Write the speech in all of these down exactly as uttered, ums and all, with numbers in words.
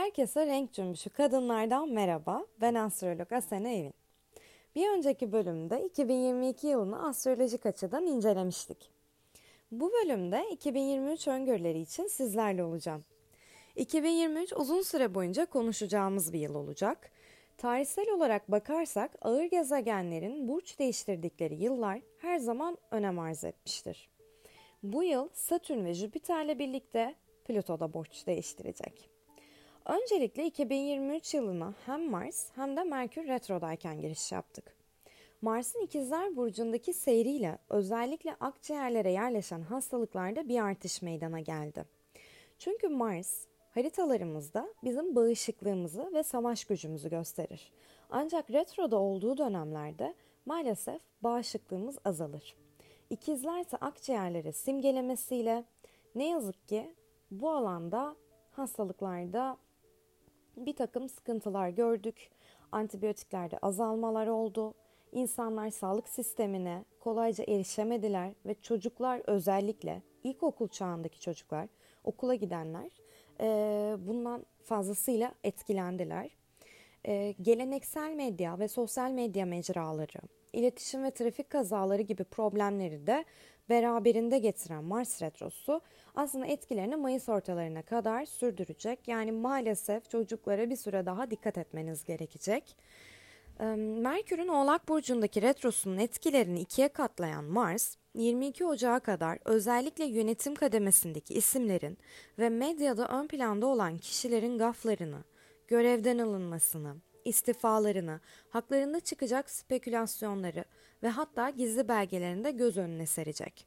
Herkese renk cümbüşü kadınlardan merhaba. Ben astrolog Asena Evin. Bir önceki bölümde iki bin yirmi iki yılını astrolojik açıdan incelemiştik. Bu bölümde iki bin yirmi üç öngörüleri için sizlerle olacağım. iki bin yirmi üç uzun süre boyunca konuşacağımız bir yıl olacak. Tarihsel olarak bakarsak ağır gezegenlerin burç değiştirdikleri yıllar her zaman önem arz etmiştir. Bu yıl Satürn ve Jüpiter'le birlikte Plüto da burç değiştirecek. Öncelikle iki bin yirmi üç yılına hem Mars hem de Merkür retrodayken giriş yaptık. Mars'ın İkizler Burcu'ndaki seyriyle özellikle akciğerlere yerleşen hastalıklarda bir artış meydana geldi. Çünkü Mars haritalarımızda bizim bağışıklığımızı ve savaş gücümüzü gösterir. Ancak retroda olduğu dönemlerde maalesef bağışıklığımız azalır. İkizler ise akciğerleri simgelemesiyle ne yazık ki bu alanda hastalıklarda bir takım sıkıntılar gördük. Antibiyotiklerde azalmalar oldu. İnsanlar sağlık sistemine kolayca erişemediler ve çocuklar, özellikle ilkokul çağındaki çocuklar, okula gidenler bundan fazlasıyla etkilendiler. Geleneksel medya ve sosyal medya mecraları, iletişim ve trafik kazaları gibi problemleri de beraberinde getiren Mars retrosu aslında etkilerini Mayıs ortalarına kadar sürdürecek. Yani maalesef çocuklara bir süre daha dikkat etmeniz gerekecek. Merkür'ün Oğlak Burcu'ndaki retrosunun etkilerini ikiye katlayan Mars, yirmi iki Ocağı kadar özellikle yönetim kademesindeki isimlerin ve medyada ön planda olan kişilerin gaflarını, görevden alınmasını, istifalarını, haklarında çıkacak spekülasyonları ve hatta gizli belgelerini de göz önüne serecek.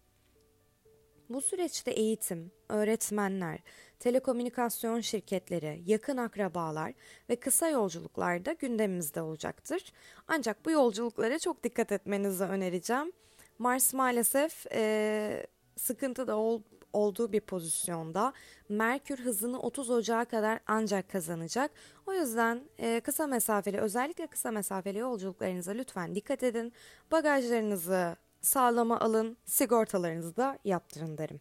Bu süreçte eğitim, öğretmenler, telekomünikasyon şirketleri, yakın akrabalar ve kısa yolculuklar da gündemimizde olacaktır. Ancak bu yolculuklara çok dikkat etmenizi önereceğim. Mars maalesef ee, sıkıntıda ol, olduğu bir pozisyonda. Merkür hızını otuz Ocağı kadar ancak kazanacak. O yüzden e, kısa mesafeli, özellikle kısa mesafeli yolculuklarınıza lütfen dikkat edin. Bagajlarınızı sağlama alın, sigortalarınızı da yaptırın derim.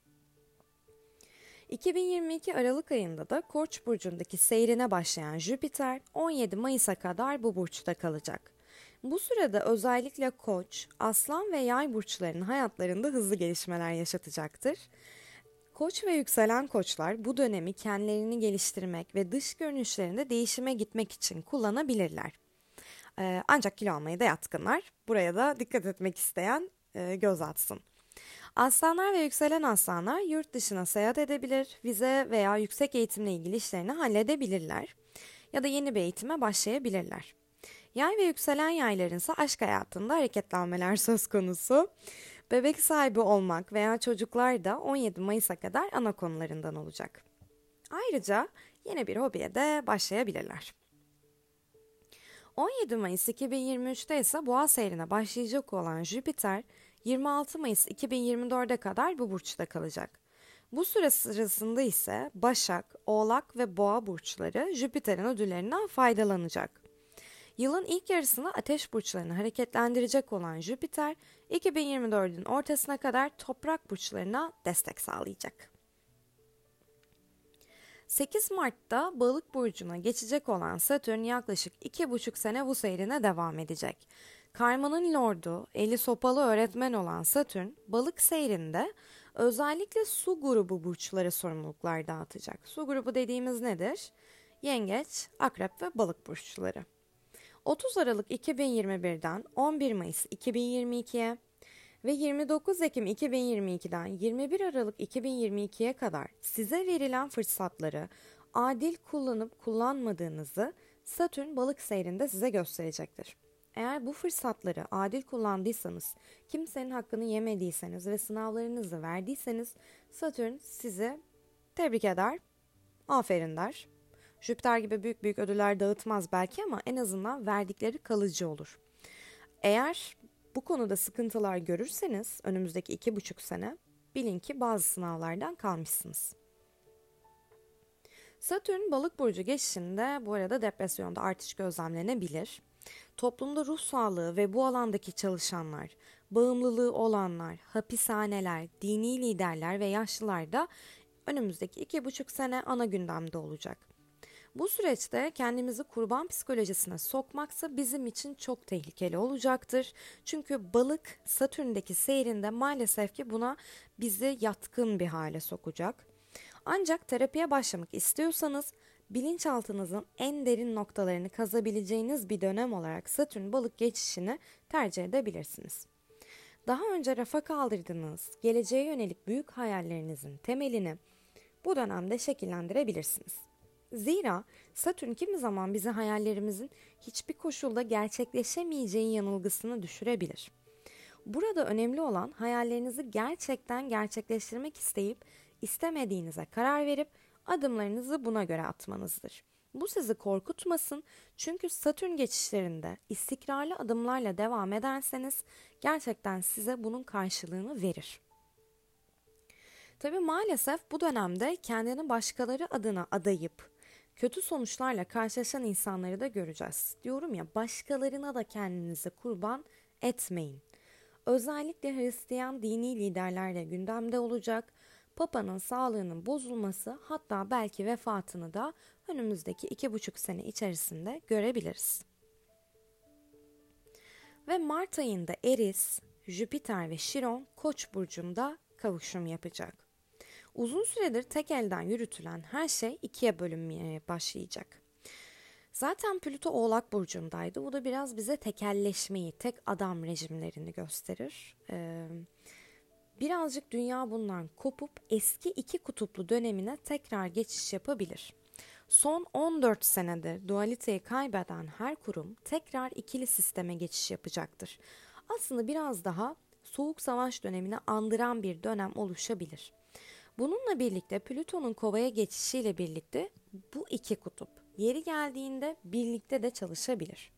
iki bin yirmi iki Aralık ayında da Koç burcundaki seyrine başlayan Jüpiter on yedi Mayıs'a kadar bu burçta kalacak. Bu sırada özellikle Koç, Aslan ve Yay burçlarının hayatlarında hızlı gelişmeler yaşatacaktır. Koç ve yükselen koçlar bu dönemi kendilerini geliştirmek ve dış görünüşlerinde değişime gitmek için kullanabilirler. Ee, ancak kilo almaya da yatkınlar. Buraya da dikkat etmek isteyen e, göz atsın. Aslanlar ve yükselen aslanlar yurt dışına seyahat edebilir, vize veya yüksek eğitimle ilgili işlerini halledebilirler ya da yeni bir eğitime başlayabilirler. Yay ve yükselen yayların ise aşk hayatında hareketlenmeler söz konusu. Bebek sahibi olmak veya çocuklar da on yedi Mayıs'a kadar ana konularından olacak. Ayrıca yeni bir hobiye de başlayabilirler. on yedi Mayıs iki bin yirmi üçte ise Boğa seyrine başlayacak olan Jüpiter, yirmi altı Mayıs iki bin yirmi dörde kadar bu burçta kalacak. Bu süre sırasında ise Başak, Oğlak ve Boğa burçları Jüpiter'in ödüllerinden faydalanacak. Yılın ilk yarısını ateş burçlarını hareketlendirecek olan Jüpiter, iki bin yirmi dördün ortasına kadar toprak burçlarına destek sağlayacak. sekiz Mart'ta Balık burcuna geçecek olan Satürn yaklaşık iki buçuk sene bu seyrine devam edecek. Karmanın lordu, eli sopalı öğretmen olan Satürn, Balık seyrinde özellikle su grubu burçlara sorumluluklar dağıtacak. Su grubu dediğimiz nedir? Yengeç, Akrep ve Balık burçları. otuz Aralık iki bin yirmi birden on bir Mayıs iki bin yirmi ikiye ve yirmi dokuz Ekim iki bin yirmi ikiden yirmi bir Aralık iki bin yirmi ikiye kadar size verilen fırsatları adil kullanıp kullanmadığınızı Satürn Balık seyrinde size gösterecektir. Eğer bu fırsatları adil kullandıysanız, kimsenin hakkını yemediyseniz ve sınavlarınızı verdiyseniz Satürn sizi tebrik eder, aferin der. Jüpiter gibi büyük büyük ödüller dağıtmaz belki ama en azından verdikleri kalıcı olur. Eğer bu konuda sıkıntılar görürseniz önümüzdeki iki buçuk sene bilin ki bazı sınavlardan kalmışsınız. Satürn Balık burcu geçişinde bu arada depresyonda artış gözlemlenebilir. Toplumda ruh sağlığı ve bu alandaki çalışanlar, bağımlılığı olanlar, hapishaneler, dini liderler ve yaşlılar da önümüzdeki iki buçuk sene ana gündemde olacak. Bu süreçte kendimizi kurban psikolojisine sokmaksa bizim için çok tehlikeli olacaktır. Çünkü balık Satürn'deki seyrinde maalesef ki buna bizi yatkın bir hale sokacak. Ancak terapiye başlamak istiyorsanız bilinçaltınızın en derin noktalarını kazabileceğiniz bir dönem olarak Satürn balık geçişini tercih edebilirsiniz. Daha önce rafa kaldırdığınız, geleceğe yönelik büyük hayallerinizin temelini bu dönemde şekillendirebilirsiniz. Zira Satürn kimi zaman bizi hayallerimizin hiçbir koşulda gerçekleşemeyeceği yanılgısını düşürebilir. Burada önemli olan hayallerinizi gerçekten gerçekleştirmek isteyip istemediğinize karar verip adımlarınızı buna göre atmanızdır. Bu sizi korkutmasın, çünkü Satürn geçişlerinde istikrarlı adımlarla devam ederseniz gerçekten size bunun karşılığını verir. Tabii maalesef bu dönemde kendini başkaları adına adayıp kötü sonuçlarla karşılaşan insanları da göreceğiz. Diyorum ya, başkalarına da kendinizi kurban etmeyin. Özellikle Hristiyan dini liderlerle gündemde olacak. Papa'nın sağlığının bozulması, hatta belki vefatını da önümüzdeki iki buçuk sene içerisinde görebiliriz. Ve Mart ayında Eris, Jüpiter ve Şiron Koç burcunda kavuşum yapacak. Uzun süredir tek elden yürütülen her şey ikiye bölünmeye başlayacak. Zaten Plüto Oğlak burcundaydı. Bu da biraz bize tekelleşmeyi, tek adam rejimlerini gösterir. Ee, birazcık dünya bundan kopup eski iki kutuplu dönemine tekrar geçiş yapabilir. Son on dört senedir dualiteyi kaybeden her kurum tekrar ikili sisteme geçiş yapacaktır. Aslında biraz daha Soğuk Savaş dönemini andıran bir dönem oluşabilir. Bununla birlikte Plüton'un Kova'ya geçişiyle birlikte bu iki kutup yeri geldiğinde birlikte de çalışabilir.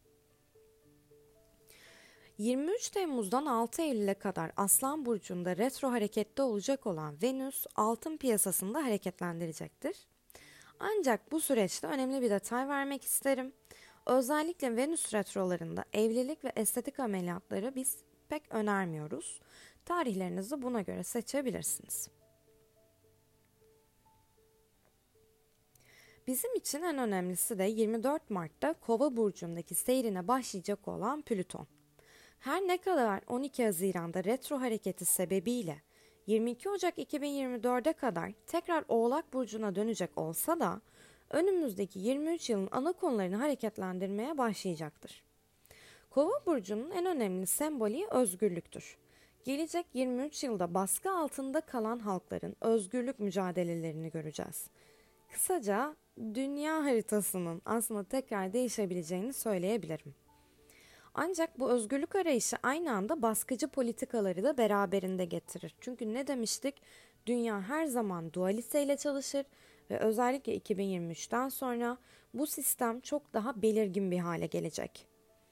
yirmi üç Temmuz'dan altı Eylül'e kadar Aslan Burcu'nda retro harekette olacak olan Venüs altın piyasasında hareketlendirecektir. Ancak bu süreçte önemli bir detay vermek isterim. Özellikle Venüs retrolarında evlilik ve estetik ameliyatları biz pek önermiyoruz. Tarihlerinizi buna göre seçebilirsiniz. Bizim için en önemlisi de yirmi dört Mart'ta Kova burcundaki seyrine başlayacak olan Plüton. Her ne kadar on iki Haziran'da retro hareketi sebebiyle yirmi iki Ocak iki bin yirmi dört'e kadar tekrar Oğlak burcuna dönecek olsa da önümüzdeki yirmi üç yılın ana konularını hareketlendirmeye başlayacaktır. Kova burcunun en önemli sembolü özgürlüktür. Gelecek yirmi üç yılda baskı altında kalan halkların özgürlük mücadelelerini göreceğiz. Kısaca dünya haritasının aslında tekrar değişebileceğini söyleyebilirim. Ancak bu özgürlük arayışı aynı anda baskıcı politikaları da beraberinde getirir. Çünkü ne demiştik? Dünya her zaman dualiteyle çalışır ve özellikle iki bin yirmi üç'ten sonra bu sistem çok daha belirgin bir hale gelecek.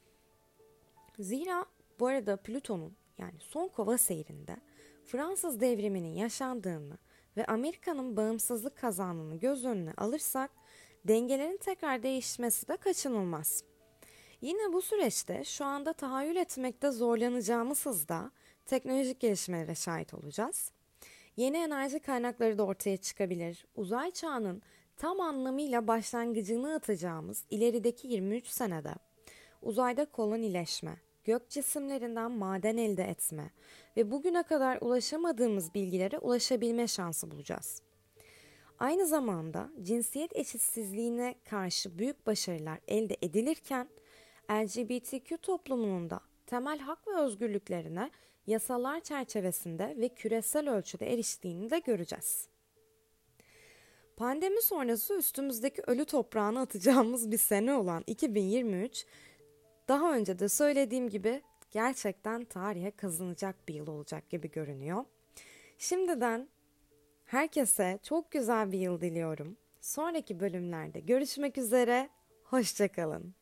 Zira bu arada Plüton'un, yani son Kova seyrinde Fransız devriminin yaşandığını ve Amerika'nın bağımsızlık kazandığını göz önüne alırsak dengelerin tekrar değişmesi de kaçınılmaz. Yine bu süreçte şu anda tahayyül etmekte zorlanacağımız hızda teknolojik gelişmelere şahit olacağız. Yeni enerji kaynakları da ortaya çıkabilir. Uzay çağının tam anlamıyla başlangıcını atacağımız ilerideki yirmi üç senede uzayda kolonileşme, gök cisimlerinden maden elde etme ve bugüne kadar ulaşamadığımız bilgilere ulaşabilme şansı bulacağız. Aynı zamanda cinsiyet eşitsizliğine karşı büyük başarılar elde edilirken L G B T Q toplumunun da temel hak ve özgürlüklerine yasalar çerçevesinde ve küresel ölçüde eriştiğini de göreceğiz. Pandemi sonrası üstümüzdeki ölü toprağını atacağımız bir sene olan iki bin yirmi üç, daha önce de söylediğim gibi gerçekten tarihe kazanacak bir yıl olacak gibi görünüyor. Şimdiden herkese çok güzel bir yıl diliyorum. Sonraki bölümlerde görüşmek üzere, hoşça kalın.